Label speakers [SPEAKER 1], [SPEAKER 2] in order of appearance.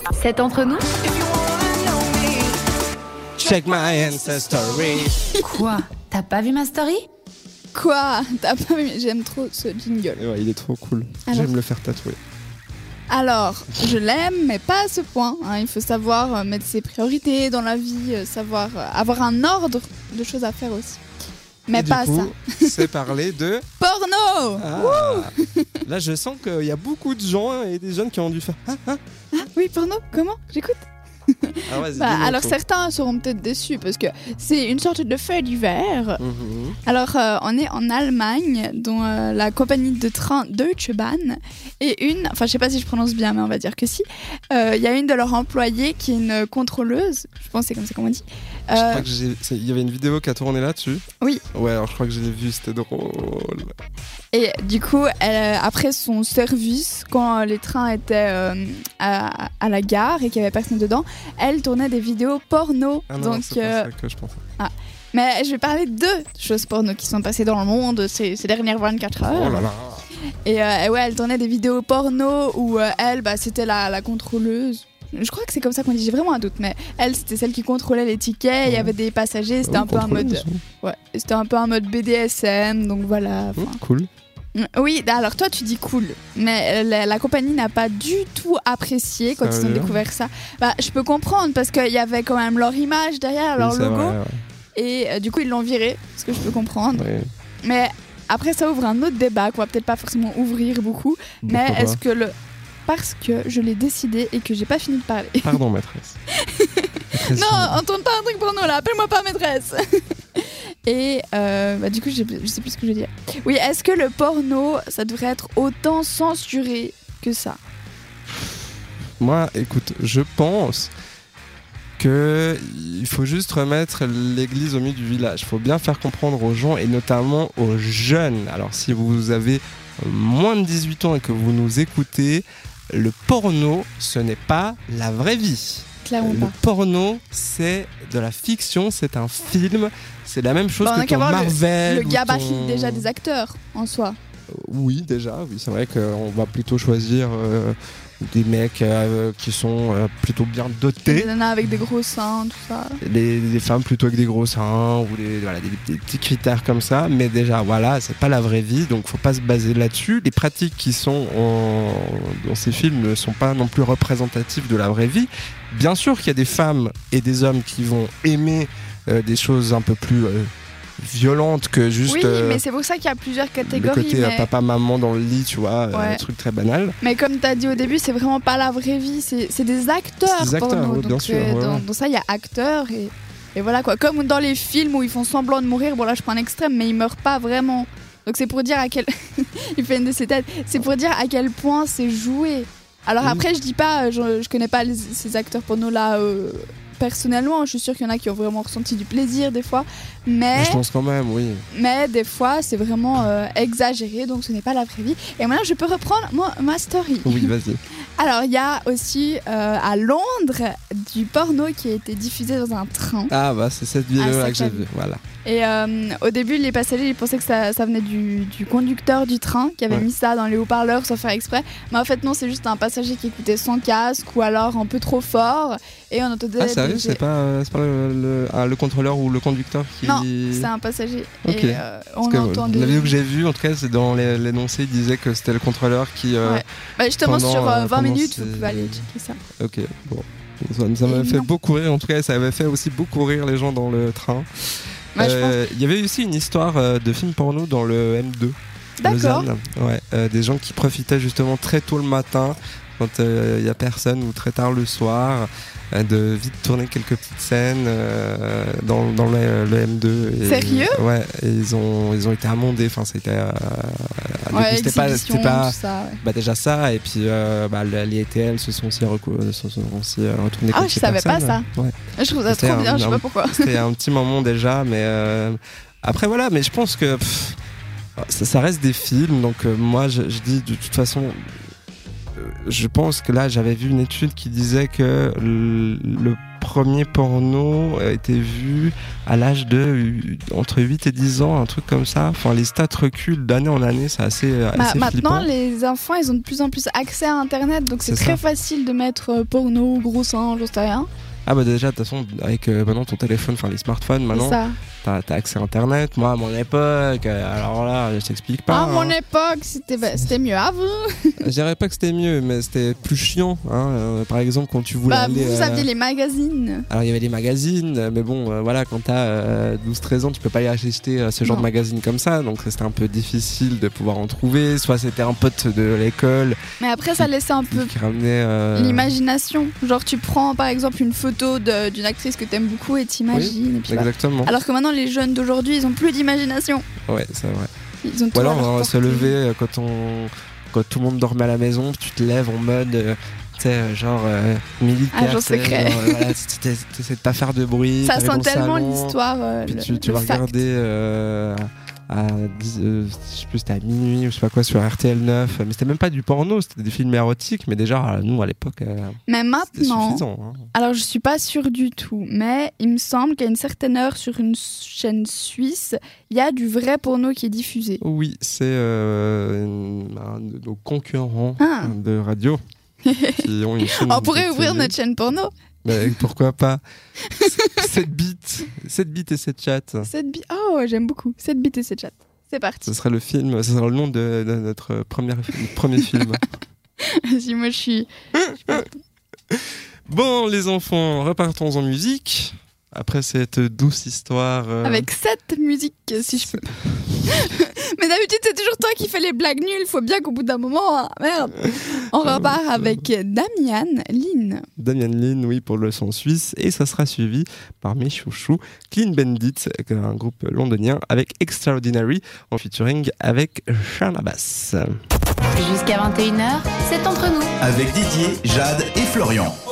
[SPEAKER 1] C'est entre nous.
[SPEAKER 2] Check my ancestry.
[SPEAKER 1] Quoi? T'as pas vu ma story?
[SPEAKER 3] Quoi? T'as pas vu? J'aime trop ce jingle.
[SPEAKER 2] Ouais, il est trop cool.
[SPEAKER 3] Alors.
[SPEAKER 2] J'aime le faire tatouer.
[SPEAKER 3] Alors, je l'aime, mais pas à ce point. Hein. Il faut savoir mettre ses priorités dans la vie, savoir avoir un ordre de choses à faire aussi. Mais
[SPEAKER 2] Et
[SPEAKER 3] pas
[SPEAKER 2] du coup,
[SPEAKER 3] ça.
[SPEAKER 2] c'est parler de...
[SPEAKER 3] Porno!
[SPEAKER 2] Ah. Là, je sens qu'il y a beaucoup de gens et des jeunes qui ont dû faire...
[SPEAKER 3] Ah, oui, porno? Comment? J'écoute.
[SPEAKER 2] Ah, vas-y,
[SPEAKER 3] Bah,
[SPEAKER 2] dis-moi
[SPEAKER 3] alors
[SPEAKER 2] tout.
[SPEAKER 3] certains seront peut-être déçus parce que c'est une sorte de fait divers.
[SPEAKER 2] Mhm.
[SPEAKER 3] Alors on est en Allemagne, dont la compagnie de train Deutsche Bahn et enfin je sais pas si je prononce bien, mais on va dire que si. Il y a une de leurs employées qui est une contrôleuse, je pense que c'est comme ça qu'on dit.
[SPEAKER 2] Je crois que il y avait une vidéo qui a tourné là-dessus.
[SPEAKER 3] Oui.
[SPEAKER 2] Ouais, alors je crois que je l'ai vu, c'était drôle.
[SPEAKER 3] Et du coup, après son service, quand les trains étaient à la gare et qu'il y avait personne dedans, elle tournait des vidéos porno.
[SPEAKER 2] Ah non,
[SPEAKER 3] Donc,
[SPEAKER 2] c'est pas ça que je pensais.
[SPEAKER 3] mais je vais parler de 2 choses porno qui sont passées dans le monde ces dernières 24 heures.
[SPEAKER 2] Oh là là.
[SPEAKER 3] Et ouais, elle tournait des vidéos porno où elle, c'était la contrôleuse. Je crois que c'est comme ça qu'on dit, j'ai vraiment un doute, mais elle, c'était celle qui contrôlait les tickets, il y avait des passagers, c'était un peu un mode... Ouais, c'était un peu un mode BDSM, donc voilà.
[SPEAKER 2] Cool.
[SPEAKER 3] Oui, alors toi tu dis cool, mais la compagnie n'a pas du tout apprécié quand ils ont découvert ça. Bah, je peux comprendre parce qu'il y avait quand même leur image derrière, leur logo,
[SPEAKER 2] vrai, ouais.
[SPEAKER 3] et du coup ils l'ont viré, ce que je peux comprendre.
[SPEAKER 2] Ouais.
[SPEAKER 3] Mais après ça ouvre un autre débat qu'on va peut-être pas forcément ouvrir beaucoup, mais
[SPEAKER 2] Pourquoi
[SPEAKER 3] est-ce que parce que je l'ai décidé et que j'ai pas fini de parler.
[SPEAKER 2] Pardon, maîtresse.
[SPEAKER 3] Non, on tourne pas un truc porno là, appelle-moi pas maîtresse. Et du coup, je sais plus ce que je veux dire. Oui, est-ce que le porno, ça devrait être autant censuré que ça?
[SPEAKER 2] Moi, écoute, je pense qu'il faut juste remettre l'église au milieu du village. Il faut bien faire comprendre aux gens et notamment aux jeunes. Alors, si vous avez moins de 18 ans et que vous nous écoutez, le porno, ce n'est pas la vraie vie.
[SPEAKER 3] Clairement
[SPEAKER 2] Le
[SPEAKER 3] pas.
[SPEAKER 2] porno, c'est de la fiction, c'est un film, c'est la même chose
[SPEAKER 3] Bah, on a
[SPEAKER 2] que
[SPEAKER 3] qu'à
[SPEAKER 2] ton
[SPEAKER 3] voir
[SPEAKER 2] Marvel.
[SPEAKER 3] Le
[SPEAKER 2] ou
[SPEAKER 3] gabarit
[SPEAKER 2] ton-
[SPEAKER 3] déjà des acteurs en soi.
[SPEAKER 2] Oui, déjà, oui, c'est vrai qu'on va plutôt choisir des mecs qui sont plutôt bien
[SPEAKER 3] Des
[SPEAKER 2] dotés.
[SPEAKER 3] nanas avec des gros seins, tout ça.
[SPEAKER 2] Des femmes plutôt avec des gros seins ou des petits critères comme ça, mais déjà voilà, c'est pas la vraie vie, donc faut pas se baser là-dessus. Les pratiques qui sont dans ces films ne sont pas non plus représentatives de la vraie vie. Bien sûr qu'il y a des femmes et des hommes qui vont aimer des choses un peu plus violentes que juste
[SPEAKER 3] Oui, mais c'est pour ça qu'il y a plusieurs
[SPEAKER 2] le
[SPEAKER 3] catégories.
[SPEAKER 2] côté papa-maman dans le lit, tu vois,
[SPEAKER 3] Ouais.
[SPEAKER 2] un truc très banal.
[SPEAKER 3] Mais comme tu as dit au début, c'est vraiment pas la vraie vie, c'est des acteurs.
[SPEAKER 2] C'est des acteurs,
[SPEAKER 3] porno.
[SPEAKER 2] oui,
[SPEAKER 3] Donc,
[SPEAKER 2] bien sûr, ouais, ouais.
[SPEAKER 3] dans ça, il y a acteurs et voilà quoi. Comme dans les films où ils font semblant de mourir, bon là je prends un extrême, mais ils meurent pas vraiment. Donc c'est pour dire à quel. Il fait une de ses têtes. C'est pour dire à quel point c'est joué. Alors
[SPEAKER 2] Oui.
[SPEAKER 3] après, je dis pas, je connais pas ces acteurs porno là personnellement. Je suis sûre qu'il y en a qui ont vraiment ressenti du plaisir des fois. Mais
[SPEAKER 2] Je pense quand même, oui.
[SPEAKER 3] des fois, c'est vraiment exagéré, donc ce n'est pas la vraie vie. Et maintenant, je peux reprendre ma story.
[SPEAKER 2] Oui, vas-y.
[SPEAKER 3] Alors, il y a aussi à Londres du porno qui a été diffusé dans un train.
[SPEAKER 2] Ah bah c'est cette vidéo-là
[SPEAKER 3] ça
[SPEAKER 2] que j'ai
[SPEAKER 3] que t'as
[SPEAKER 2] vue, voilà.
[SPEAKER 3] Et au début, les passagers ils pensaient que ça venait du conducteur du train qui avait
[SPEAKER 2] Ouais.
[SPEAKER 3] mis ça dans les haut-parleurs sans faire exprès. Mais en fait, non, c'est juste un passager qui écoutait sans casque ou alors un peu trop fort. Et on entendait.
[SPEAKER 2] Ah sérieux, c'est pas le contrôleur ou le conducteur qui...
[SPEAKER 3] Non, c'est un passager.
[SPEAKER 2] Ok.
[SPEAKER 3] Et on
[SPEAKER 2] Parce que
[SPEAKER 3] entendait.
[SPEAKER 2] la vidéo que j'ai vue, en tout cas, c'est dans l'énoncé, il disait que c'était le contrôleur qui...
[SPEAKER 3] Ouais. Bah, justement,
[SPEAKER 2] pendant,
[SPEAKER 3] sur 20
[SPEAKER 2] pendant
[SPEAKER 3] minutes,
[SPEAKER 2] ces-
[SPEAKER 3] vous pouvez aller checker ça.
[SPEAKER 2] Ok, bon. Ça m'avait
[SPEAKER 3] Et
[SPEAKER 2] fait
[SPEAKER 3] non.
[SPEAKER 2] beaucoup rire, en tout cas, ça avait fait aussi beaucoup rire les gens dans le train.
[SPEAKER 3] Ouais, je pense.
[SPEAKER 2] Il y avait aussi une histoire de film porno dans le M2.
[SPEAKER 3] D'accord.
[SPEAKER 2] Lausanne. Ouais, des gens qui profitaient justement très tôt le matin, quand il y a personne, ou très tard le soir, de vite tourner quelques petites scènes dans le M2. Et,
[SPEAKER 3] Sérieux ?
[SPEAKER 2] Ouais, et ils ont été amendés. Enfin, c'était.
[SPEAKER 3] Ouais,
[SPEAKER 2] c'était pas.
[SPEAKER 3] exhibition, tout ça, ouais.
[SPEAKER 2] Bah déjà ça, et puis les ETL se sont aussi retournés
[SPEAKER 3] Ah,
[SPEAKER 2] contre
[SPEAKER 3] je
[SPEAKER 2] ces
[SPEAKER 3] savais pas
[SPEAKER 2] personnes.
[SPEAKER 3] ça.
[SPEAKER 2] Ouais.
[SPEAKER 3] Je trouve ça
[SPEAKER 2] C'était
[SPEAKER 3] trop bien, je sais
[SPEAKER 2] un-
[SPEAKER 3] pas pourquoi.
[SPEAKER 2] C'était un petit moment déjà, mais après voilà, mais je pense que ça reste des films, donc moi je dis de toute façon, je pense que là, j'avais vu une étude qui disait que le premier porno était vu à l'âge de entre 8 et 10 ans, un truc comme ça. Enfin, les stats reculent d'année en année, c'est assez
[SPEAKER 3] maintenant,
[SPEAKER 2] flippant.
[SPEAKER 3] les enfants, ils ont de plus en plus accès à Internet, donc c'est très facile de mettre porno, gros seins, j'en sais rien.
[SPEAKER 2] Ah bah déjà, de toute façon, avec maintenant ton téléphone, enfin les smartphones, maintenant, t'as accès à Internet. Moi, à mon époque, alors là, je t'explique pas.
[SPEAKER 3] À mon époque, c'était mieux avant.
[SPEAKER 2] Je dirais pas que c'était mieux, mais c'était plus chiant. Par exemple, quand tu voulais aller...
[SPEAKER 3] Vous aviez les magazines.
[SPEAKER 2] Alors, il y avait les magazines, mais bon, voilà, quand t'as 12-13 ans, tu peux pas aller acheter ce genre de magazine comme ça. Donc, c'était un peu difficile de pouvoir en trouver. Soit c'était un pote de l'école.
[SPEAKER 3] Mais après, ça laissait un peu
[SPEAKER 2] qui ramenait
[SPEAKER 3] l'imagination. Genre, tu prends, par exemple, une photo d'une actrice que t'aimes beaucoup et t'imagines.
[SPEAKER 2] Oui, exactement.
[SPEAKER 3] Alors que maintenant, les jeunes d'aujourd'hui, ils ont plus d'imagination.
[SPEAKER 2] Ouais, c'est vrai.
[SPEAKER 3] Ils ont
[SPEAKER 2] ou alors, on va se lever quand tout le monde dormait à la maison, tu te lèves en mode, tu sais, genre militaire.
[SPEAKER 3] Agent secret.
[SPEAKER 2] Voilà, t'essaies de pas faire de bruit.
[SPEAKER 3] Ça sent tellement l'histoire.
[SPEAKER 2] Tu vas regarder à 10, je sais plus, c'était à minuit ou je sais pas quoi sur RTL 9, mais c'était même pas du porno, c'était des films érotiques, mais déjà nous à l'époque
[SPEAKER 3] mais maintenant
[SPEAKER 2] suffisant, hein.
[SPEAKER 3] Alors je suis pas sûre du tout, mais il me semble qu'à une certaine heure sur une chaîne suisse il y a du vrai porno qui est diffusé.
[SPEAKER 2] Oui, c'est un de nos concurrents de radio qui ont une chaîne.
[SPEAKER 3] On pourrait ouvrir notre chaîne porno.
[SPEAKER 2] Mais pourquoi pas. 7 bits et 7 chats.
[SPEAKER 3] 7 bits. Oh, j'aime beaucoup. 7 bits et 7 chats. C'est parti.
[SPEAKER 2] Ce sera le nom de notre premier film.
[SPEAKER 3] Vas-y, moi je suis...
[SPEAKER 2] Bon, les enfants, repartons en musique. Après cette douce histoire...
[SPEAKER 3] Avec cette musique, si je peux. Mais d'habitude, c'est toujours toi qui fais les blagues nulles. Faut bien qu'au bout d'un moment... Merde. On repart avec Damian Lynn.
[SPEAKER 2] Damian Lynn, oui, pour le son suisse. Et ça sera suivi par mes chouchous, Clean Bandit, un groupe londonien, avec Extraordinary, en featuring avec Charles Abbas.
[SPEAKER 1] Jusqu'à 21h, c'est entre nous.
[SPEAKER 4] Avec Didier, Jade et Florian.